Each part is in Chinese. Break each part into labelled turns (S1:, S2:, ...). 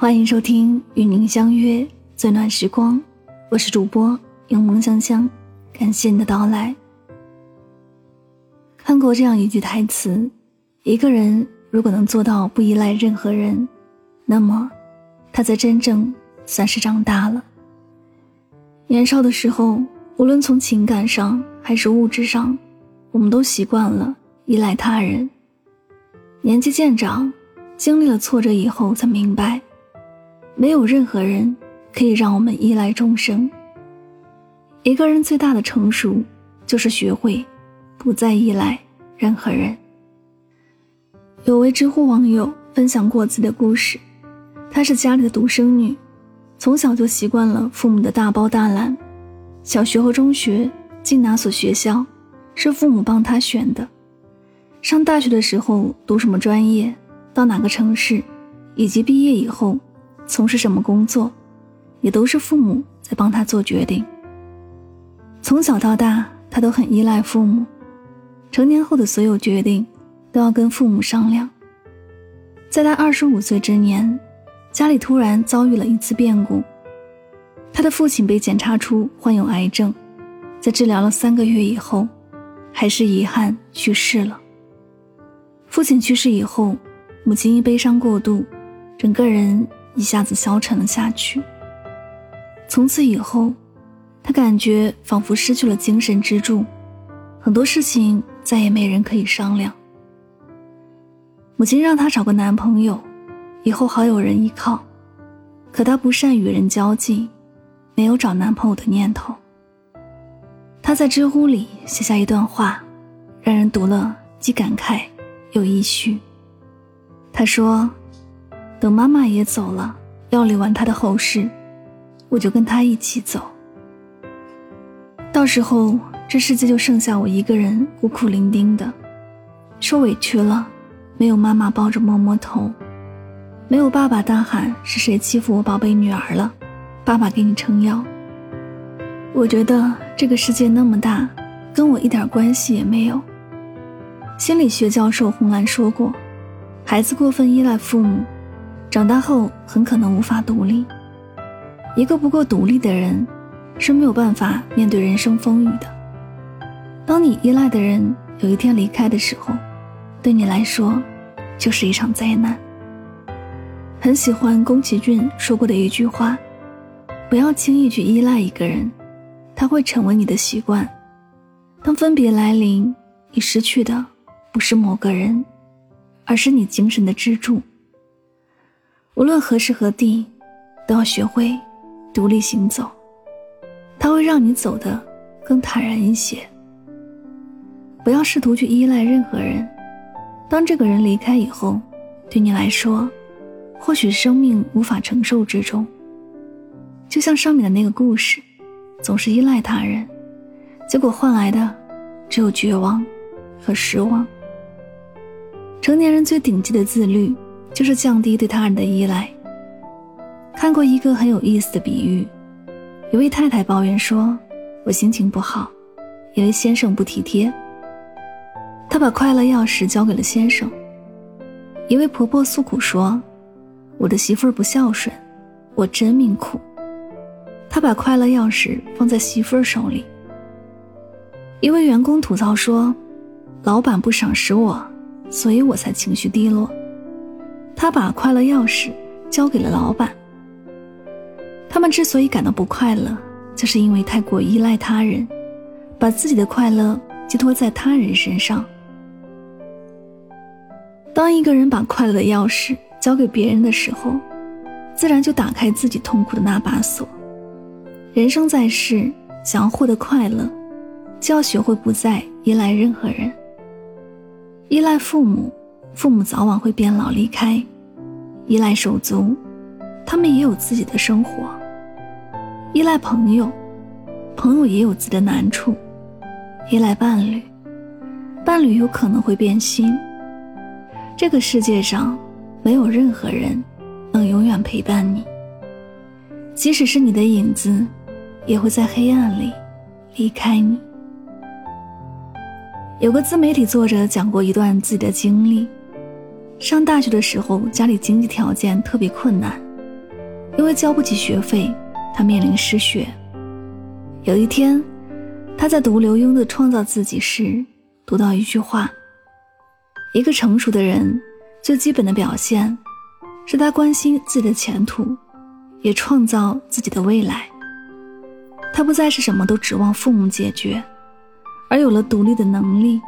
S1: 欢迎收听与您相约最暖时光，我是主播柠檬香香，感谢你的到来。看过这样一句台词，一个人如果能做到不依赖任何人，那么他才真正算是长大了。年少的时候，无论从情感上还是物质上，我们都习惯了依赖他人。年纪渐长，经历了挫折以后才明白，没有任何人可以让我们依赖终生。一个人最大的成熟，就是学会不再依赖任何人。有位知乎网友分享过自己的故事，她是家里的独生女，从小就习惯了父母的大包大揽，小学和中学进哪所学校是父母帮她选的，上大学的时候读什么专业，到哪个城市，以及毕业以后从事什么工作，也都是父母在帮她做决定。从小到大，她都很依赖父母，成年后的所有决定都要跟父母商量。在她25岁之年，家里突然遭遇了一次变故，她的父亲被检查出患有癌症，在治疗了3个月以后，还是遗憾去世了。父亲去世以后，母亲因悲伤过度，整个人一下子消沉了下去。从此以后，她感觉仿佛失去了精神支柱，很多事情再也没人可以商量。母亲让她找个男朋友，以后好有人依靠，可她不善与人交际，没有找男朋友的念头。她在知乎里写下一段话，让人读了既感慨又唏嘘。她说，等妈妈也走了，料理完她的后事，我就跟她一起走。到时候这世界就剩下我一个人孤苦伶仃的，受委屈了，没有妈妈抱着摸摸头，没有爸爸大喊是谁欺负我宝贝女儿了，爸爸给你撑腰。我觉得这个世界那么大，跟我一点关系也没有。心理学教授洪兰说过，孩子过分依赖父母，长大后很可能无法独立。一个不够独立的人是没有办法面对人生风雨的。当你依赖的人有一天离开的时候，对你来说就是一场灾难。很喜欢宫崎骏说过的一句话，不要轻易去依赖一个人，他会成为你的习惯。当分别来临，你失去的不是某个人，而是你精神的支柱。无论何时何地，都要学会独立行走，它会让你走得更坦然一些。不要试图去依赖任何人，当这个人离开以后，对你来说或许生命无法承受之重。就像上面的那个故事，总是依赖他人，结果换来的只有绝望和失望。成年人最顶级的自律，就是降低对他人的依赖。看过一个很有意思的比喻，一位太太抱怨说，我心情不好，因为先生不体贴。她把快乐钥匙交给了先生。一位婆婆诉苦说，我的媳妇儿不孝顺，我真命苦。她把快乐钥匙放在媳妇儿手里。一位员工吐槽说，老板不赏识我，所以我才情绪低落。他把快乐钥匙交给了老板。他们之所以感到不快乐，就是因为太过依赖他人，把自己的快乐寄托在他人身上。当一个人把快乐的钥匙交给别人的时候，自然就打开自己痛苦的那把锁。人生在世，想要获得快乐，就要学会不再依赖任何人。依赖父母，父母早晚会变老离开；依赖手足，他们也有自己的生活；依赖朋友，朋友也有自己的难处；依赖伴侣，伴侣有可能会变心。这个世界上没有任何人能永远陪伴你，即使是你的影子，也会在黑暗里离开你。有个自媒体作者讲过一段自己的经历。上大学的时候，家里经济条件特别困难， 因为交不起学费，他面临失学。有一天，他在读刘墉的《创造自己》时，读到一句话：一个成熟的人最基本的表现是他关心自己的前途，也创造自己的未来。他不再是什么都指望父母解决，而有了独立的能力。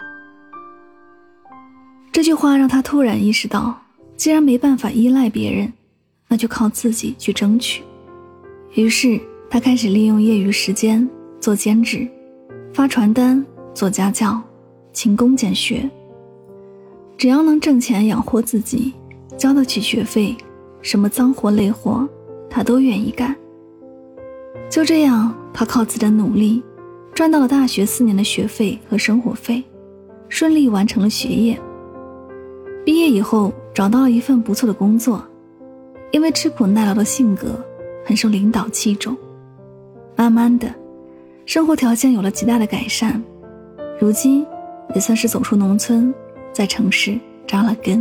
S1: 这句话让他突然意识到，既然没办法依赖别人，那就靠自己去争取。于是他开始利用业余时间做兼职，发传单，做家教，勤工俭学。只要能挣钱养活自己，交得起学费，什么脏活累活他都愿意干。就这样，他靠自己的努力赚到了大学4年的学费和生活费，顺利完成了学业。毕业以后找到了一份不错的工作，因为吃苦耐劳的性格很受领导器重。慢慢的，生活条件有了极大的改善，如今也算是走出农村，在城市扎了根。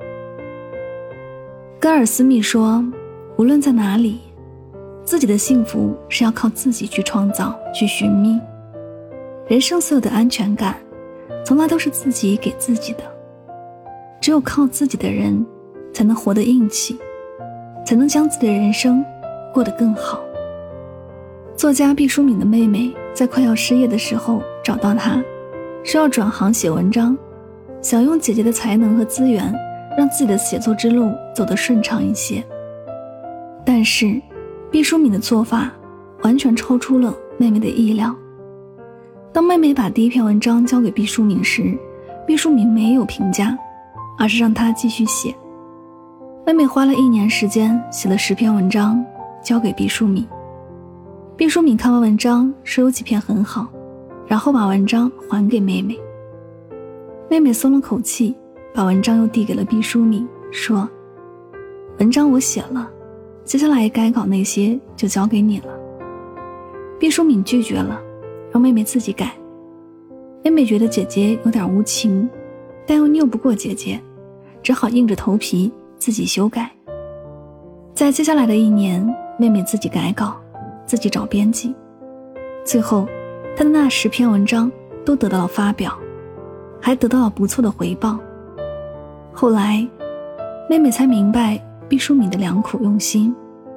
S1: 戈尔斯密说，无论在哪里，自己的幸福是要靠自己去创造，去寻觅。人生所有的安全感，从来都是自己给自己的。只有靠自己的人，才能活得硬气，才能将自己的人生过得更好。作家毕淑敏的妹妹在快要失业的时候找到她，说要转行写文章，想用姐姐的才能和资源，让自己的写作之路走得顺畅一些。但是毕淑敏的做法完全超出了妹妹的意料。当妹妹把第一篇文章交给毕淑敏时，毕淑敏没有评价，而是让她继续写。妹妹花了1年时间写了10篇文章交给毕淑敏。毕淑敏看完文章说有几篇很好，然后把文章还给妹妹。妹妹松了口气，把文章又递给了毕淑敏，说：文章我写了，接下来该稿那些就交给你了。毕淑敏拒绝了，让妹妹自己改。妹妹觉得姐姐有点无情，但又拗不过姐姐，只好硬着头皮自己修改。在接下来的1年，妹妹自己改稿，自己找编辑，最后她的那10篇文章都得到了发表，还得到了不错的回报。后来妹妹才明白毕淑敏的良苦用心。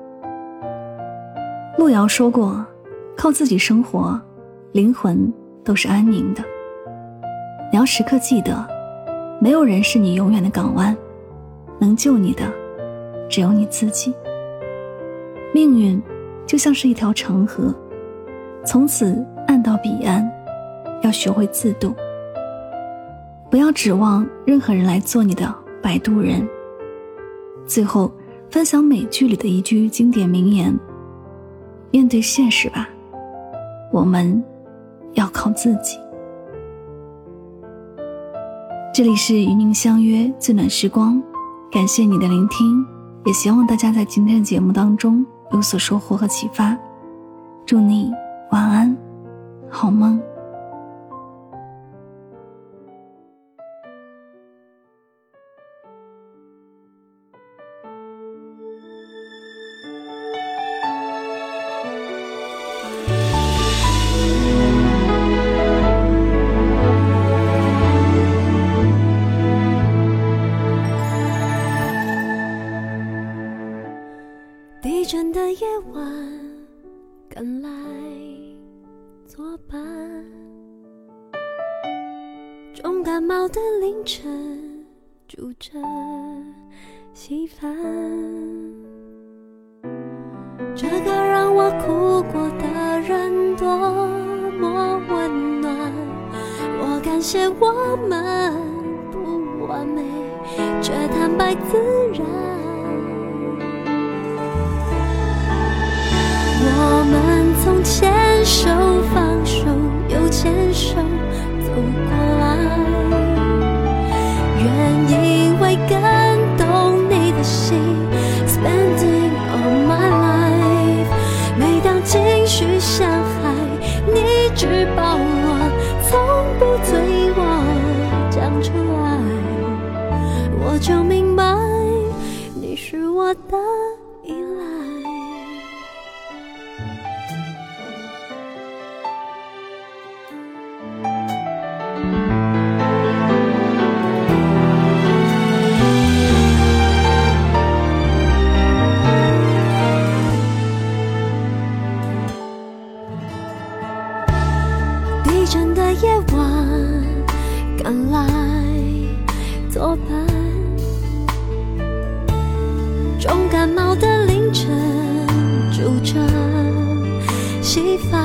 S1: 路遥说过，靠自己生活，灵魂都是安宁的。你要时刻记得，没有人是你永远的港湾，能救你的只有你自己。命运就像是一条长河，从此岸到彼岸，要学会自渡。不要指望任何人来做你的摆渡人。最后分享美剧里的一句经典名言：面对现实吧，我们要靠自己。这里是与您相约最暖时光，感谢你的聆听，也希望大家在今天的节目当中有所收获和启发。祝你晚安，好梦。
S2: 地震的夜晚赶来作伴，重感冒的凌晨煮着稀饭，这个让我哭过的人多么温暖，我感谢我们不完美却坦白自然，我们从牵手放手又牵手走过来，愿因为感动你的心 Spending all my life， 每当情绪像海，你只抱我，从不催我讲出来，我就明白你是我的依赖。低沉的夜晚赶来作伴，重感冒的凌晨煮着稀饭，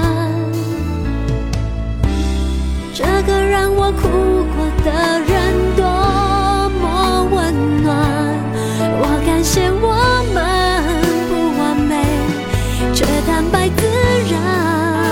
S2: 这个让我哭过的人多么温暖，我感谢我们不完美却坦白自然，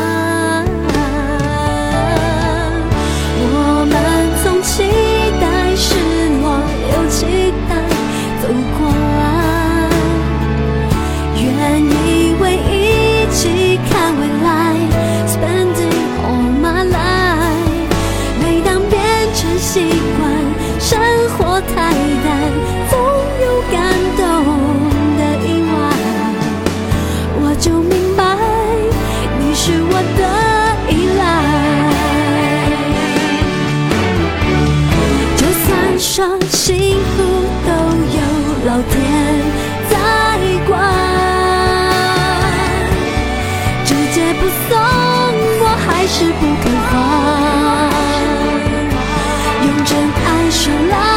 S2: 我们从期待失落又期待走过来，愿意为一起看未来 Spending all my life， 每当变成习惯，生活太淡，总有感动的意外，我就明白你是我的依赖。就算说幸福都有老天在管，直接不送我还是不肯还，用真爱说来